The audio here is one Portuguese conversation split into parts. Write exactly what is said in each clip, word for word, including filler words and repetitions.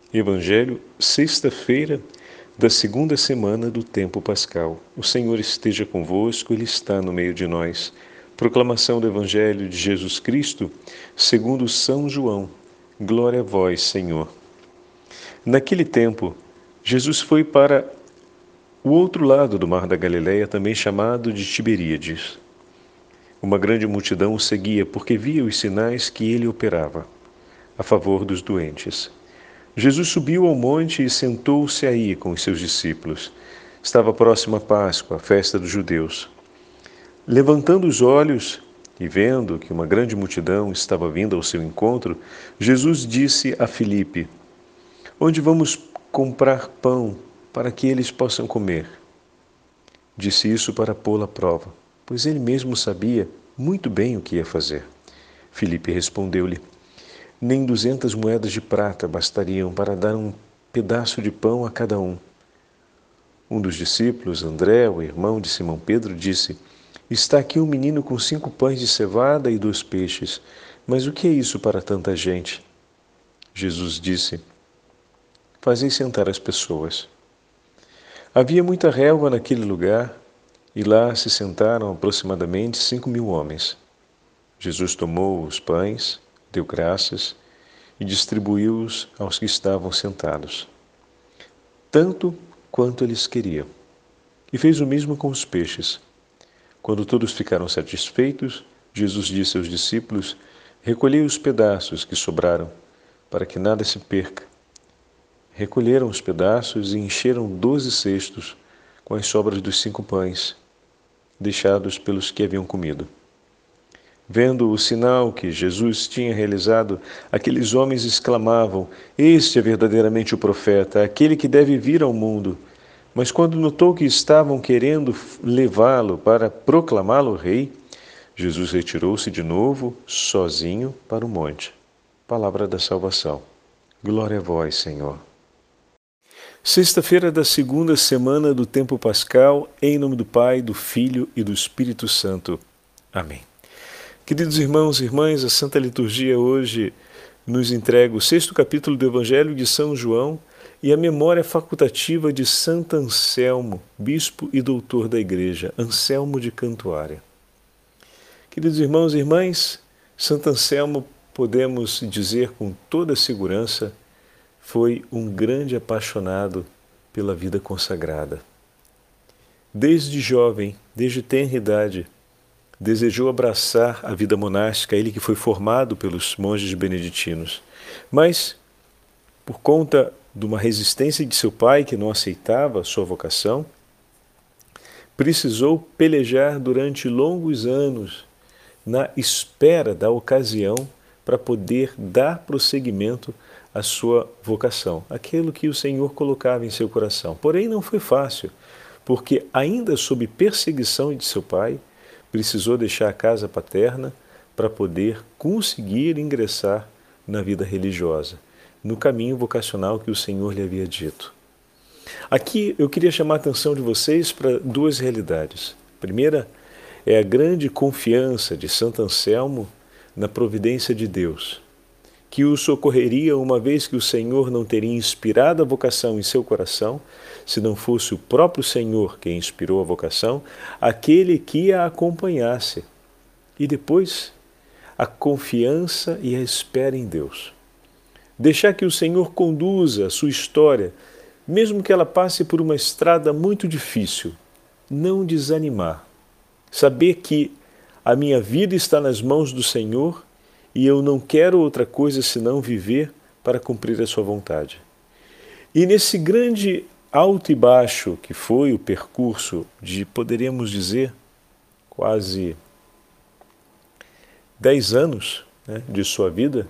Evangelho, sexta-feira da segunda semana do tempo pascal. O Senhor esteja convosco, Ele está no meio de nós. Proclamação do Evangelho de Jesus Cristo, segundo São João. Glória a vós, Senhor. Naquele tempo, Jesus foi para o outro lado do mar da Galileia, também chamado de Tiberíades. Uma grande multidão o seguia, porque via os sinais que ele operava a favor dos doentes. Jesus subiu ao monte e sentou-se aí com os seus discípulos. Estava próxima a Páscoa, a festa dos judeus. Levantando os olhos e vendo que uma grande multidão estava vindo ao seu encontro, Jesus disse a Filipe: Onde vamos comprar pão para que eles possam comer? Disse isso para pô-lo à prova, pois ele mesmo sabia muito bem o que ia fazer. Filipe respondeu-lhe: Nem duzentas moedas de prata bastariam para dar um pedaço de pão a cada um. Um dos discípulos, André, o irmão de Simão Pedro, disse: Está aqui um menino com cinco pães de cevada e dois peixes, mas o que é isso para tanta gente? Jesus disse: Fazei sentar as pessoas. Havia muita relva naquele lugar, e lá se sentaram aproximadamente cinco mil homens. Jesus tomou os pães, deu graças e distribuiu-os aos que estavam sentados, tanto quanto eles queriam. E fez o mesmo com os peixes. Quando todos ficaram satisfeitos, Jesus disse aos discípulos: Recolhei os pedaços que sobraram, para que nada se perca. Recolheram os pedaços e encheram doze cestos com as sobras dos cinco pães, deixados pelos que haviam comido. Vendo o sinal que Jesus tinha realizado, aqueles homens exclamavam: Este é verdadeiramente o profeta, aquele que deve vir ao mundo. Mas quando notou que estavam querendo levá-lo para proclamá-lo rei, Jesus retirou-se de novo, sozinho, para o monte. Palavra da salvação. Glória a vós, Senhor. Sexta-feira da segunda semana do tempo pascal, em nome do Pai, do Filho e do Espírito Santo. Amém. Queridos irmãos e irmãs, a Santa Liturgia hoje nos entrega o sexto capítulo do Evangelho de São João e a memória facultativa de Santo Anselmo, bispo e doutor da Igreja, Anselmo de Cantuária. Queridos irmãos e irmãs, Santo Anselmo, podemos dizer com toda segurança, foi um grande apaixonado pela vida consagrada. Desde jovem, desde tenra idade, desejou abraçar a vida monástica, ele que foi formado pelos monges beneditinos. Mas, por conta de uma resistência de seu pai, que não aceitava a sua vocação, precisou pelejar durante longos anos na espera da ocasião para poder dar prosseguimento à sua vocação, aquilo que o Senhor colocava em seu coração. Porém, não foi fácil, porque ainda sob perseguição de seu pai, precisou deixar a casa paterna para poder conseguir ingressar na vida religiosa, no caminho vocacional que o Senhor lhe havia dito. Aqui eu queria chamar a atenção de vocês para duas realidades. A primeira é a grande confiança de Santo Anselmo na providência de Deus, que o socorreria uma vez que o Senhor não teria inspirado a vocação em seu coração, se não fosse o próprio Senhor quem inspirou a vocação, aquele que a acompanhasse. E depois, a confiança e a espera em Deus. Deixar que o Senhor conduza a sua história, mesmo que ela passe por uma estrada muito difícil. Não desanimar. Saber que a minha vida está nas mãos do Senhor e eu não quero outra coisa senão viver para cumprir a sua vontade. E nesse grande alto e baixo que foi o percurso de, poderíamos dizer, quase dez anos, né, de sua vida,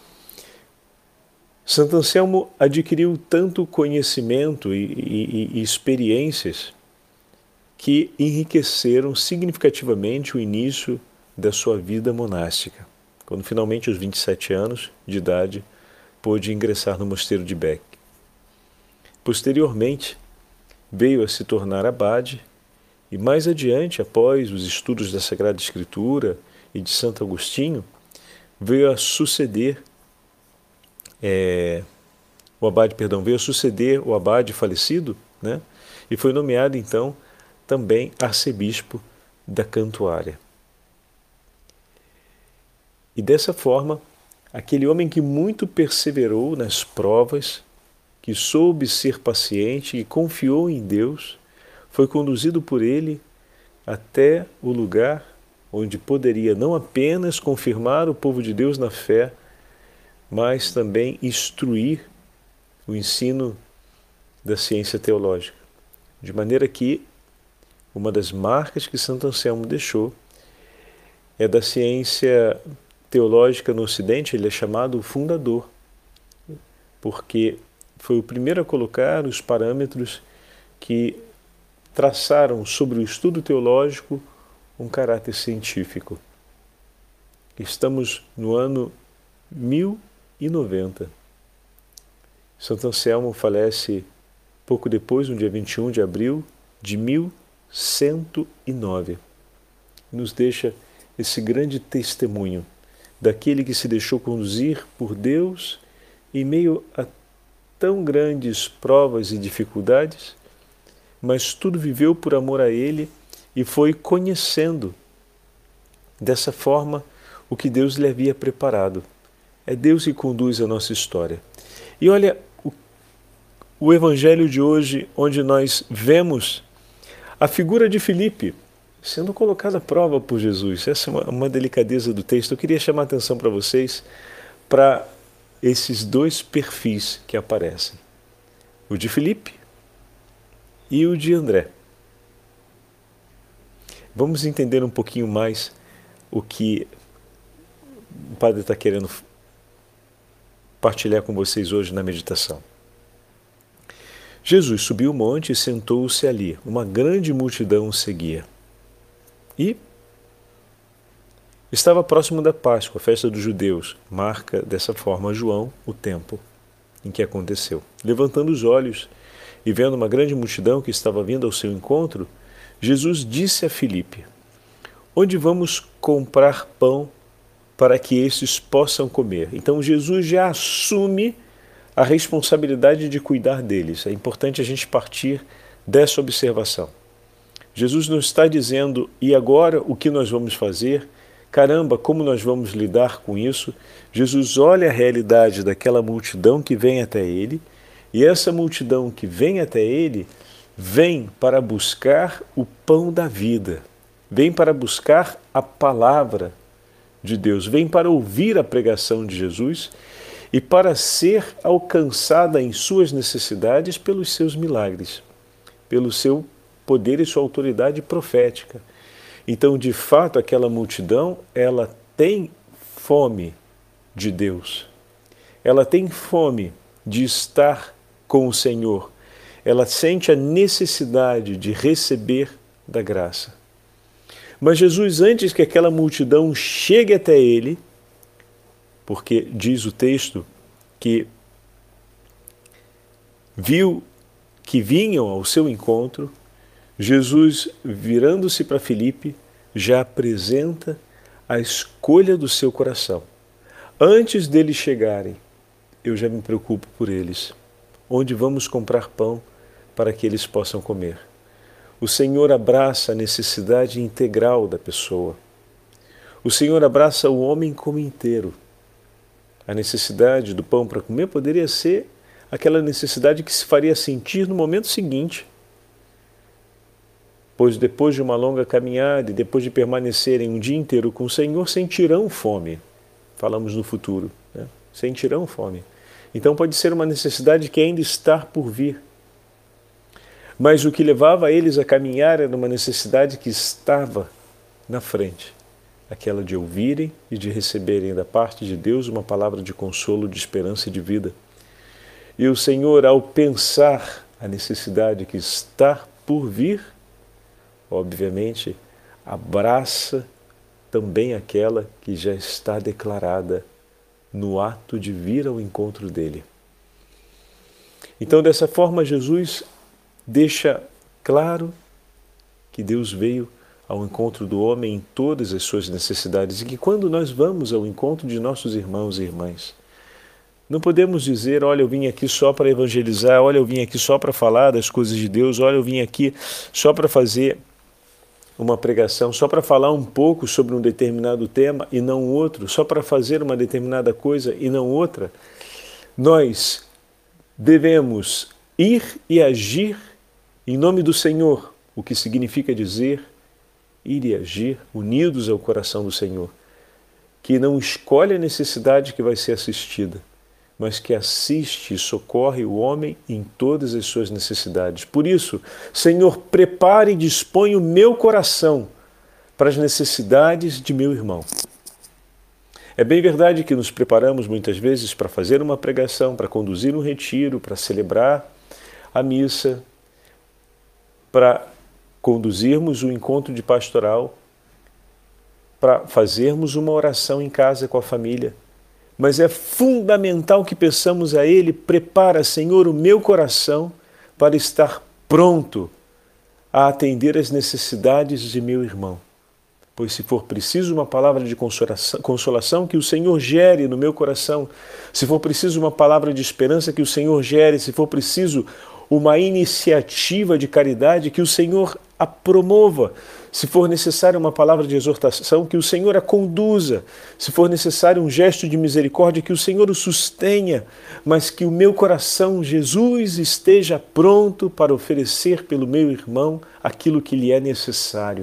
Santo Anselmo adquiriu tanto conhecimento e, e, e experiências que enriqueceram significativamente o início da sua vida monástica, quando finalmente, aos vinte e sete anos de idade, pôde ingressar no mosteiro de Bec. Posteriormente, veio a se tornar abade e mais adiante, após os estudos da Sagrada Escritura e de Santo Agostinho, veio a suceder é, o abade, perdão, veio a suceder o abade falecido, né? E foi nomeado então também arcebispo da Cantuária. E dessa forma, aquele homem que muito perseverou nas provas, que soube ser paciente e confiou em Deus, foi conduzido por ele até o lugar onde poderia não apenas confirmar o povo de Deus na fé, mas também instruir o ensino da ciência teológica. De maneira que uma das marcas que Santo Anselmo deixou é da ciência teológica no Ocidente. Ele é chamado o fundador, porque foi o primeiro a colocar os parâmetros que traçaram sobre o estudo teológico um caráter científico. Estamos no ano mil e noventa. Santo Anselmo falece pouco depois, no dia vinte e um de abril de mil cento e nove. Nos deixa esse grande testemunho daquele que se deixou conduzir por Deus em meio a tão grandes provas e dificuldades, mas tudo viveu por amor a Ele e foi conhecendo dessa forma o que Deus lhe havia preparado. É Deus que conduz a nossa história. E olha, o, o Evangelho de hoje, onde nós vemos a figura de Filipe sendo colocada à prova por Jesus. Essa é uma, uma delicadeza do texto. Eu queria chamar a atenção para vocês para esses dois perfis que aparecem. O de Filipe e o de André. Vamos entender um pouquinho mais o que o Padre está querendo partilhar com vocês hoje na meditação. Jesus subiu o monte e sentou-se ali. Uma grande multidão o seguia. E estava próximo da Páscoa, a festa dos judeus. Marca dessa forma João o tempo em que aconteceu. Levantando os olhos e vendo uma grande multidão que estava vindo ao seu encontro, Jesus disse a Filipe: onde vamos comprar pão para que estes possam comer? Então Jesus já assume a responsabilidade de cuidar deles. É importante a gente partir dessa observação. Jesus não está dizendo, e agora o que nós vamos fazer? Caramba, como nós vamos lidar com isso? Jesus olha a realidade daquela multidão que vem até ele, e essa multidão que vem até ele, vem para buscar o pão da vida, vem para buscar a palavra de Deus, vem para ouvir a pregação de Jesus e para ser alcançada em suas necessidades pelos seus milagres, pelo seu poder e sua autoridade profética. Então, de fato, aquela multidão, ela tem fome de Deus. Ela tem fome de estar com o Senhor. Ela sente a necessidade de receber da graça. Mas Jesus, antes que aquela multidão chegue até ele, porque diz o texto que viu que vinham ao seu encontro, Jesus, virando-se para Filipe, já apresenta a escolha do seu coração. Antes deles chegarem, eu já me preocupo por eles. Onde vamos comprar pão para que eles possam comer? O Senhor abraça a necessidade integral da pessoa. O Senhor abraça o homem como inteiro. A necessidade do pão para comer poderia ser aquela necessidade que se faria sentir no momento seguinte, pois depois de uma longa caminhada e depois de permanecerem um dia inteiro com o Senhor, sentirão fome. Falamos no futuro, né? Sentirão fome. Então pode ser uma necessidade que ainda está por vir. Mas o que levava eles a caminhar era uma necessidade que estava na frente, aquela de ouvirem e de receberem da parte de Deus uma palavra de consolo, de esperança e de vida. E o Senhor, ao pensar a necessidade que está por vir, obviamente, abraça também aquela que já está declarada no ato de vir ao encontro dele. Então, dessa forma, Jesus deixa claro que Deus veio ao encontro do homem em todas as suas necessidades e que quando nós vamos ao encontro de nossos irmãos e irmãs, Não podemos dizer, olha, eu vim aqui só para evangelizar, olha, eu vim aqui só para falar das coisas de Deus, olha, eu vim aqui só para fazer uma pregação, só para falar um pouco sobre um determinado tema e não outro, só para fazer uma determinada coisa e não outra. Nós devemos ir e agir em nome do Senhor, o que significa dizer ir e agir unidos ao coração do Senhor, que não escolhe a necessidade que vai ser assistida, mas que assiste e socorre o homem em todas as suas necessidades. Por isso, Senhor, prepare e dispõe o meu coração para as necessidades de meu irmão. É bem verdade que nos preparamos muitas vezes para fazer uma pregação, para conduzir um retiro, para celebrar a missa, para conduzirmos o encontro de pastoral, para fazermos uma oração em casa com a família. Mas é fundamental que peçamos a Ele, prepara, Senhor, o meu coração para estar pronto a atender às necessidades de meu irmão. Pois se for preciso uma palavra de consolação, consolação, que o Senhor gere no meu coração. Se for preciso uma palavra de esperança, que o Senhor gere. Se for preciso uma iniciativa de caridade, que o Senhor a promova. Se for necessário uma palavra de exortação, que o Senhor a conduza. Se for necessário um gesto de misericórdia, que o Senhor o sustenha. Mas que o meu coração, Jesus, esteja pronto para oferecer pelo meu irmão aquilo que lhe é necessário,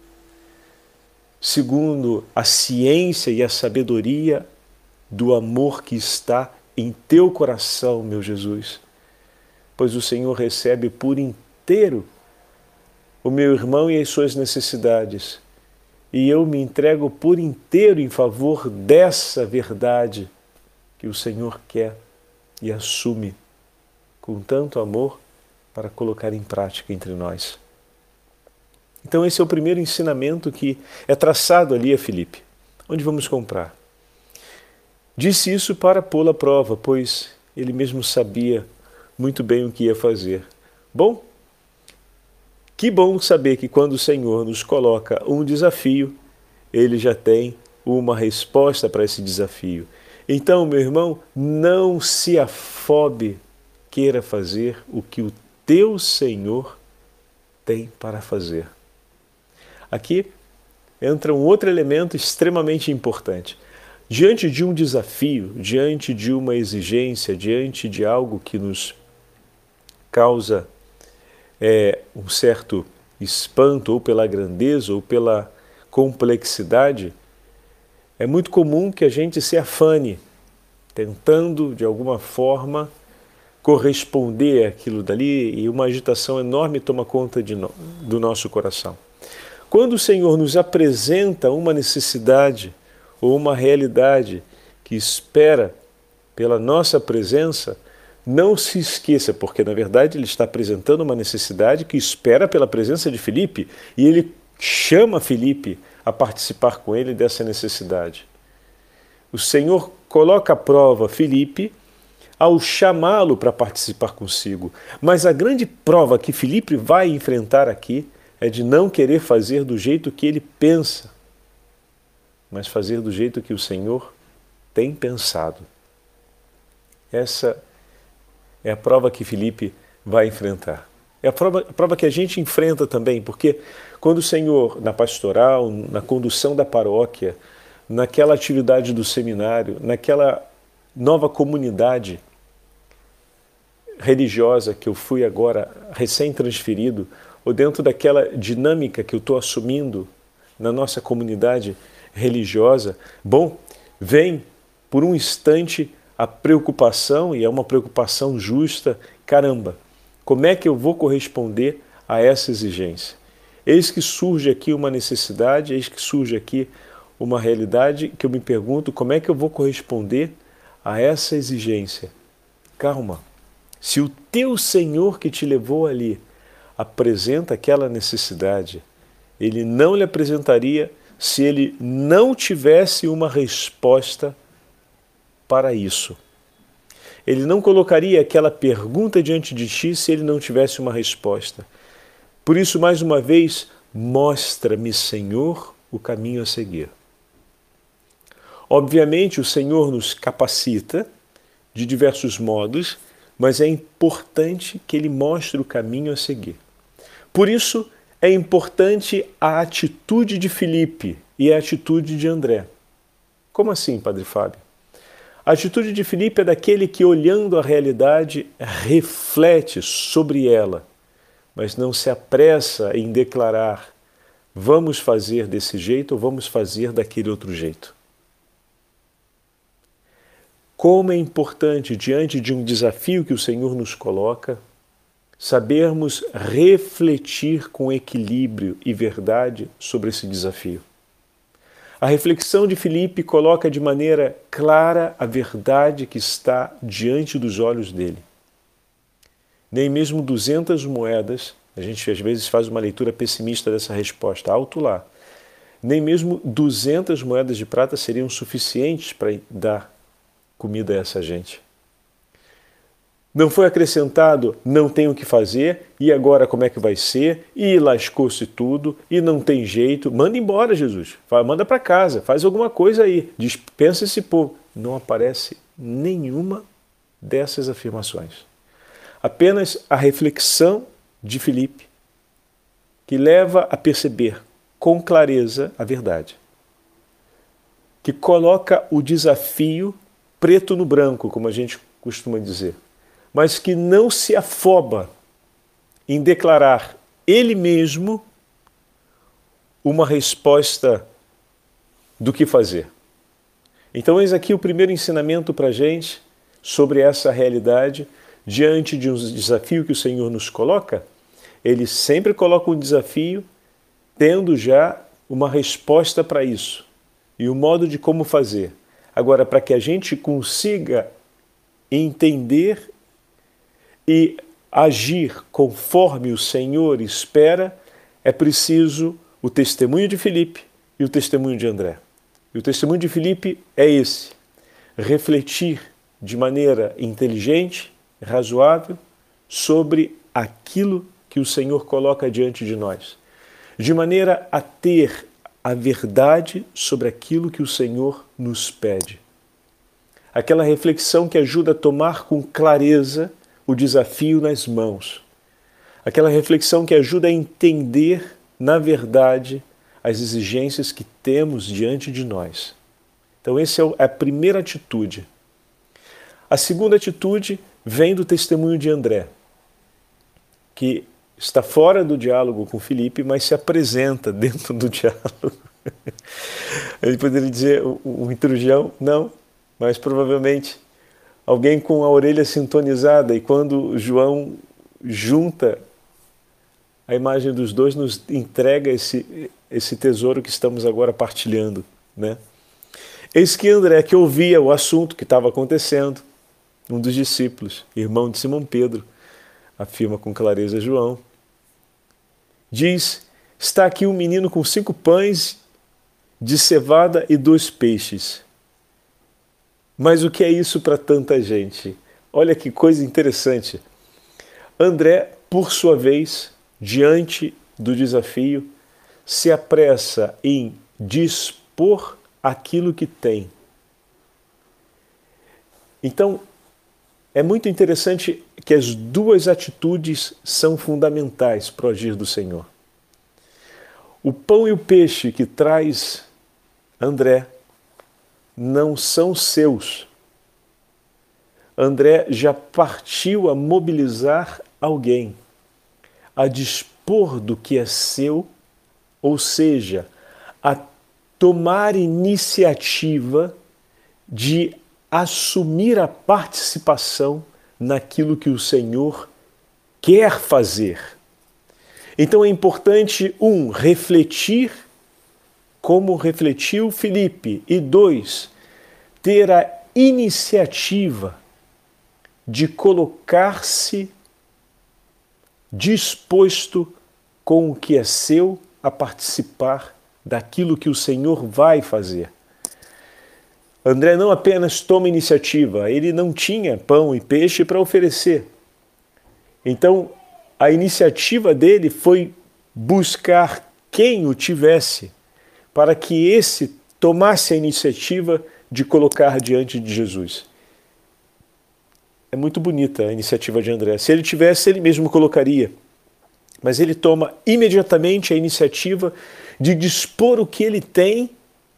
segundo a ciência e a sabedoria do amor que está em teu coração, meu Jesus. Pois o Senhor recebe por inteiro o meu irmão e as suas necessidades. E eu me entrego por inteiro em favor dessa verdade que o Senhor quer e assume com tanto amor para colocar em prática entre nós. Então esse é o primeiro ensinamento que é traçado ali a Filipe. Onde vamos comprar? Disse isso para pô-lo à prova, pois ele mesmo sabia muito bem o que ia fazer. Bom, que bom saber que quando o Senhor nos coloca um desafio, Ele já tem uma resposta para esse desafio. Então, meu irmão, não se afobe, queira fazer o que o teu Senhor tem para fazer. Aqui entra um outro elemento extremamente importante. Diante de um desafio, diante de uma exigência, diante de algo que nos causa é, um certo espanto, ou pela grandeza, ou pela complexidade, é muito comum que a gente se afane, tentando, de alguma forma, corresponder àquilo dali, e uma agitação enorme toma conta de no, do nosso coração. Quando o Senhor nos apresenta uma necessidade ou uma realidade que espera pela nossa presença, não se esqueça, porque na verdade Ele está apresentando uma necessidade que espera pela presença de Filipe, e Ele chama Filipe a participar com Ele dessa necessidade. O Senhor coloca à prova Filipe ao chamá-lo para participar consigo, mas a grande prova que Filipe vai enfrentar aqui é de não querer fazer do jeito que ele pensa, mas fazer do jeito que o Senhor tem pensado. Essa é a prova que Filipe vai enfrentar. É a prova, a prova que a gente enfrenta também, porque quando o Senhor, na pastoral, na condução da paróquia, naquela atividade do seminário, naquela nova comunidade religiosa que eu fui agora recém-transferido, ou dentro daquela dinâmica que eu estou assumindo na nossa comunidade religiosa, bom, vem por um instante a preocupação, e é uma preocupação justa, caramba, como é que eu vou corresponder a essa exigência? Eis que surge aqui uma necessidade, eis que surge aqui uma realidade que eu me pergunto, como é que eu vou corresponder a essa exigência? Calma, se o teu Senhor que te levou ali apresenta aquela necessidade, Ele não lhe apresentaria se Ele não tivesse uma resposta para isso. Ele não colocaria aquela pergunta diante de ti se Ele não tivesse uma resposta. Por isso, mais uma vez, mostra-me, Senhor, o caminho a seguir. Obviamente, o Senhor nos capacita de diversos modos, mas é importante que ele mostre o caminho a seguir. Por isso, é importante a atitude de Filipe e a atitude de André. Como assim, Padre Fábio? A atitude de Filipe é daquele que, olhando a realidade, reflete sobre ela, mas não se apressa em declarar: vamos fazer desse jeito ou vamos fazer daquele outro jeito. Como é importante, diante de um desafio que o Senhor nos coloca, sabermos refletir com equilíbrio e verdade sobre esse desafio. A reflexão de Filipe coloca de maneira clara a verdade que está diante dos olhos dele. Nem mesmo duzentas moedas, a gente às vezes faz uma leitura pessimista dessa resposta, alto lá, nem mesmo duzentas moedas de prata seriam suficientes para dar comida a essa gente. Não foi acrescentado, não tem o que fazer, e agora como é que vai ser? E lascou-se tudo, e não tem jeito. Manda embora, Jesus. Manda para casa, faz alguma coisa aí. Dispensa esse povo. Não aparece nenhuma dessas afirmações. Apenas a reflexão de Filipe, que leva a perceber com clareza a verdade. Que coloca o desafio preto no branco, como a gente costuma dizer, mas que não se afoba em declarar ele mesmo uma resposta do que fazer. Então, eis aqui o primeiro ensinamento para a gente sobre essa realidade. Diante de um desafio que o Senhor nos coloca, Ele sempre coloca um desafio tendo já uma resposta para isso e o modo de como fazer. Agora, para que a gente consiga entender e agir conforme o Senhor espera, é preciso o testemunho de Filipe e o testemunho de André. E o testemunho de Filipe é esse: refletir de maneira inteligente, razoável, sobre aquilo que o Senhor coloca diante de nós, de maneira a ter a verdade sobre aquilo que o Senhor nos pede. Aquela reflexão que ajuda a tomar com clareza o desafio nas mãos. Aquela reflexão que ajuda a entender, na verdade, as exigências que temos diante de nós. Então, essa é a primeira atitude. A segunda atitude vem do testemunho de André, que está fora do diálogo com Filipe, mas se apresenta dentro do diálogo. Ele poderia dizer um intrujão, não, mas provavelmente alguém com a orelha sintonizada, e quando João junta a imagem dos dois, nos entrega esse, esse tesouro que estamos agora partilhando, né? Eis que André, que ouvia o assunto que estava acontecendo, um dos discípulos, irmão de Simão Pedro, afirma com clareza João, diz: está aqui um menino com cinco pães de cevada e dois peixes. Mas o que é isso para tanta gente? Olha que coisa interessante. André, por sua vez, diante do desafio, se apressa em dispor aquilo que tem. Então, é muito interessante que as duas atitudes são fundamentais para o agir do Senhor. O pão e o peixe que traz André não são seus. André já partiu a mobilizar alguém, a dispor do que é seu, ou seja, a tomar iniciativa de assumir a participação naquilo que o Senhor quer fazer. Então é importante, um, refletir como refletiu Filipe, e dois, ter a iniciativa de colocar-se disposto com o que é seu a participar daquilo que o Senhor vai fazer. André não apenas toma iniciativa, ele não tinha pão e peixe para oferecer. Então, a iniciativa dele foi buscar quem o tivesse, para que esse tomasse a iniciativa de colocar diante de Jesus. é muito bonita a iniciativa de André. Se ele tivesse, ele mesmo colocaria. Mas ele toma imediatamente a iniciativa de dispor o que ele tem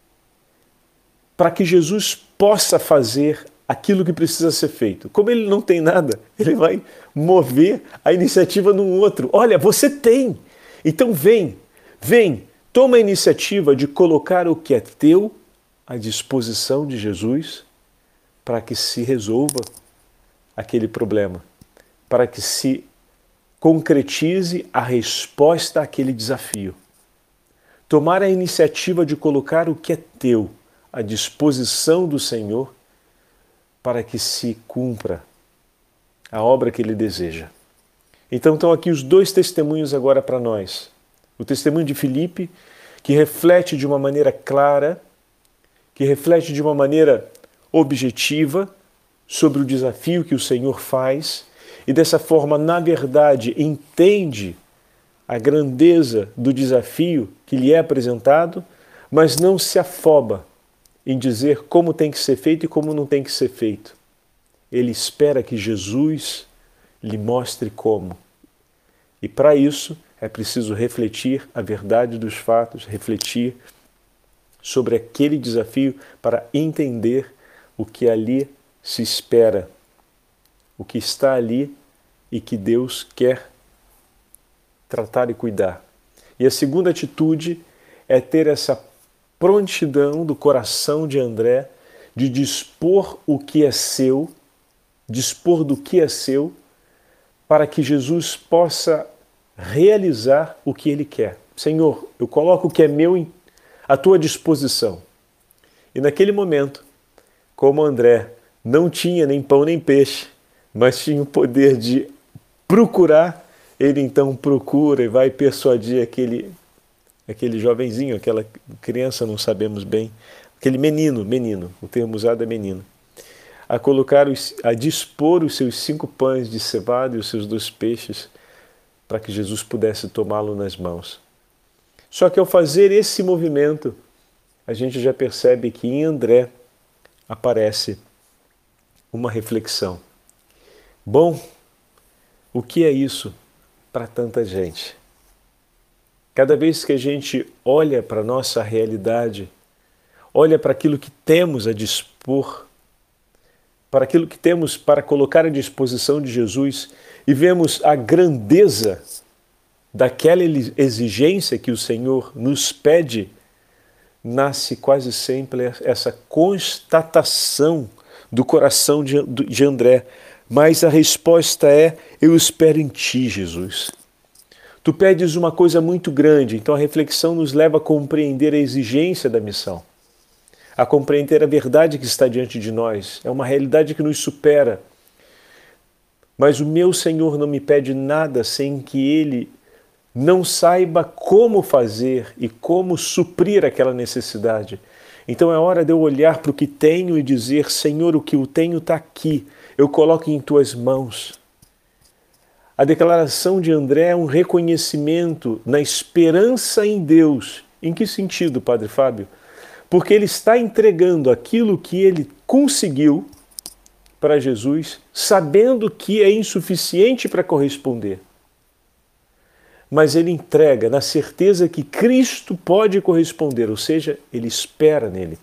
para que Jesus possa fazer aquilo que precisa ser feito. Como ele não tem nada, ele vai mover a iniciativa num outro. Olha, você tem! Então vem, vem, toma a iniciativa de colocar o que é teu à disposição de Jesus para que se resolva aquele problema, para que se concretize a resposta àquele desafio. Tomar a iniciativa de colocar o que é teu à disposição do Senhor para que se cumpra a obra que Ele deseja. Então estão aqui os dois testemunhos agora para nós. O testemunho de Filipe, que reflete de uma maneira clara, que reflete de uma maneira objetiva sobre o desafio que o Senhor faz e dessa forma, na verdade, entende a grandeza do desafio que lhe é apresentado, mas não se afoba em dizer como tem que ser feito e como não tem que ser feito. Ele espera que Jesus lhe mostre como. E para isso é preciso refletir a verdade dos fatos, refletir sobre aquele desafio para entender o que ali se espera, o que está ali e que Deus quer tratar e cuidar. E a segunda atitude é ter essa prontidão do coração de André de dispor o que é seu, dispor do que é seu, para que Jesus possa realizar o que Ele quer. Senhor, eu coloco o que é meu à tua disposição. E naquele momento, como André não tinha nem pão nem peixe, mas tinha o poder de procurar, ele então procura e vai persuadir aquele, aquele jovenzinho, aquela criança, não sabemos bem, aquele menino, menino, o termo usado é menino, a colocar, os, a dispor os seus cinco pães de cevada e os seus dois peixes para que Jesus pudesse tomá-lo nas mãos. Só que ao fazer esse movimento, a gente já percebe que em André aparece uma reflexão. Bom, o que é isso para tanta gente? Cada vez que a gente olha para a nossa realidade, olha para aquilo que temos a dispor, para aquilo que temos para colocar à disposição de Jesus e vemos a grandeza daquela exigência que o Senhor nos pede, nasce quase sempre essa constatação do coração de André. Mas a resposta é: eu espero em Ti, Jesus. Tu pedes uma coisa muito grande, então a reflexão nos leva a compreender a exigência da missão, a compreender a verdade que está diante de nós. É uma realidade que nos supera. Mas o meu Senhor não me pede nada sem que Ele não saiba como fazer e como suprir aquela necessidade. Então é hora de eu olhar para o que tenho e dizer: Senhor, o que eu tenho está aqui, eu coloco em Tuas mãos. A declaração de André é um reconhecimento na esperança em Deus. Em que sentido, Padre Fábio? Porque ele está entregando aquilo que ele conseguiu para Jesus, sabendo que é insuficiente para corresponder. Mas ele entrega na certeza que Cristo pode corresponder, ou seja, ele espera nele.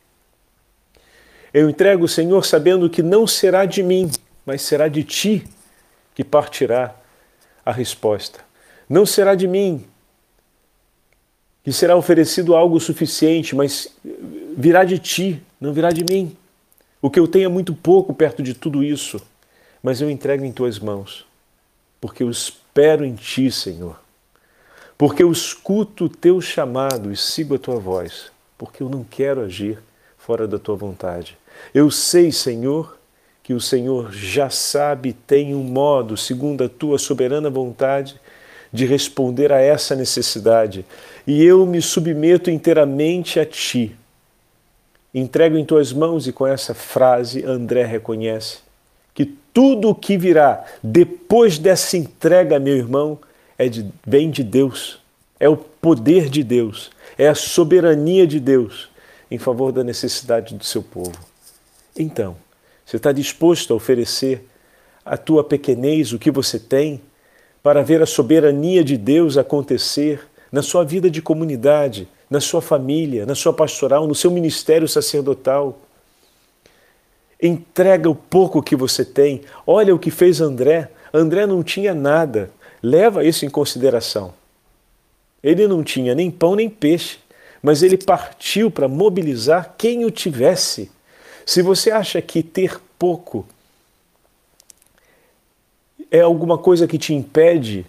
Eu entrego, Senhor, sabendo que não será de mim, mas será de Ti que partirá a resposta. Não será de mim que será oferecido algo suficiente, mas virá de Ti, não virá de mim. O que eu tenho é muito pouco perto de tudo isso, mas eu entrego em Tuas mãos, porque eu espero em Ti, Senhor. Porque eu escuto o Teu chamado e sigo a Tua voz, porque eu não quero agir fora da Tua vontade. Eu sei, Senhor, que o Senhor já sabe, tem um modo, segundo a Tua soberana vontade, de responder a essa necessidade. E eu me submeto inteiramente a Ti. Entrego em Tuas mãos, e com essa frase André reconhece que tudo o que virá depois dessa entrega, meu irmão, é de, vem de Deus. É o poder de Deus, é a soberania de Deus em favor da necessidade do seu povo. Então, você está disposto a oferecer a tua pequenez, o que você tem, para ver a soberania de Deus acontecer na sua vida de comunidade, na sua família, na sua pastoral, no seu ministério sacerdotal. Entrega o pouco que você tem. Olha o que fez André. André não tinha nada. Leva isso em consideração. Ele não tinha nem pão nem peixe, mas ele partiu para mobilizar quem o tivesse. Se você acha que ter pouco é alguma coisa que te impede,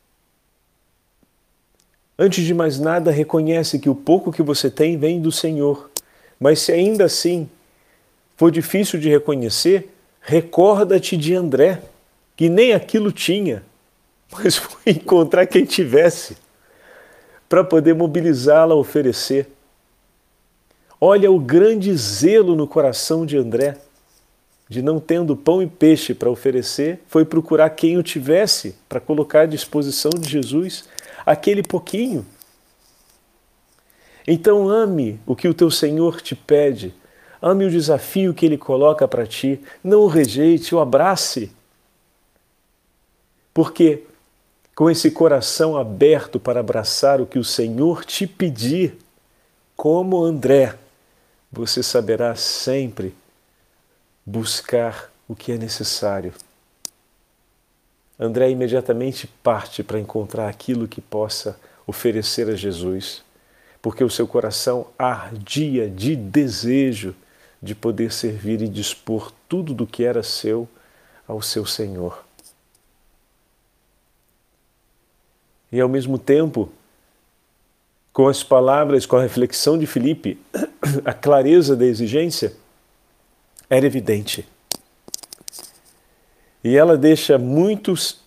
antes de mais nada, reconhece que o pouco que você tem vem do Senhor. Mas se ainda assim for difícil de reconhecer, recorda-te de André, que nem aquilo tinha, mas foi encontrar quem tivesse, para poder mobilizá-la a oferecer. Olha o grande zelo no coração de André, de não tendo pão e peixe para oferecer, foi procurar quem o tivesse para colocar à disposição de Jesus aquele pouquinho. Então ame o que o teu Senhor te pede, ame o desafio que Ele coloca para ti, não o rejeite, o abrace. Porque com esse coração aberto para abraçar o que o Senhor te pedir, como André, você saberá sempre buscar o que é necessário. André imediatamente parte para encontrar aquilo que possa oferecer a Jesus, porque o seu coração ardia de desejo de poder servir e dispor tudo do que era seu ao seu Senhor. E ao mesmo tempo, com as palavras, com a reflexão de Filipe, a clareza da exigência era evidente. E ela deixa muitos,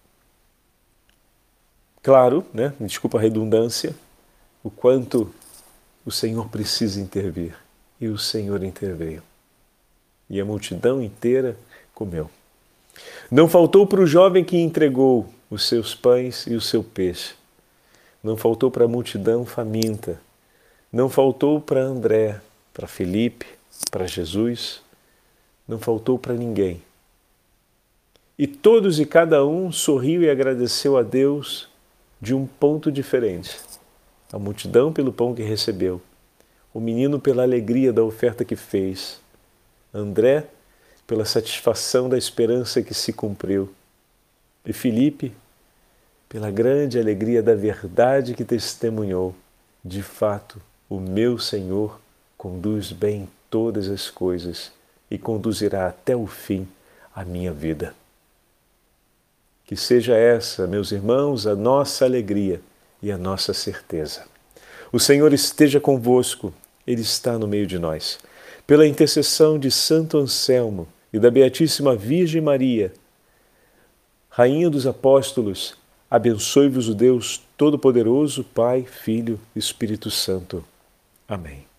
claro, né, desculpa a redundância, o quanto o Senhor precisa intervir. E o Senhor interveio. E a multidão inteira comeu. Não faltou para o jovem que entregou os seus pães e o seu peixe. Não faltou para a multidão faminta. Não faltou para André, para Filipe, para Jesus. Não faltou para ninguém. E todos e cada um sorriu e agradeceu a Deus de um ponto diferente. A multidão pelo pão que recebeu. O menino pela alegria da oferta que fez. André pela satisfação da esperança que se cumpriu. E Filipe pela grande alegria da verdade que testemunhou. De fato, o meu Senhor conduz bem todas as coisas e conduzirá até o fim a minha vida. Que seja essa, meus irmãos, a nossa alegria e a nossa certeza. O Senhor esteja convosco, Ele está no meio de nós. Pela intercessão de Santo Anselmo e da Beatíssima Virgem Maria, Rainha dos Apóstolos, abençoe-vos o Deus Todo-Poderoso, Pai, Filho e Espírito Santo. Amém.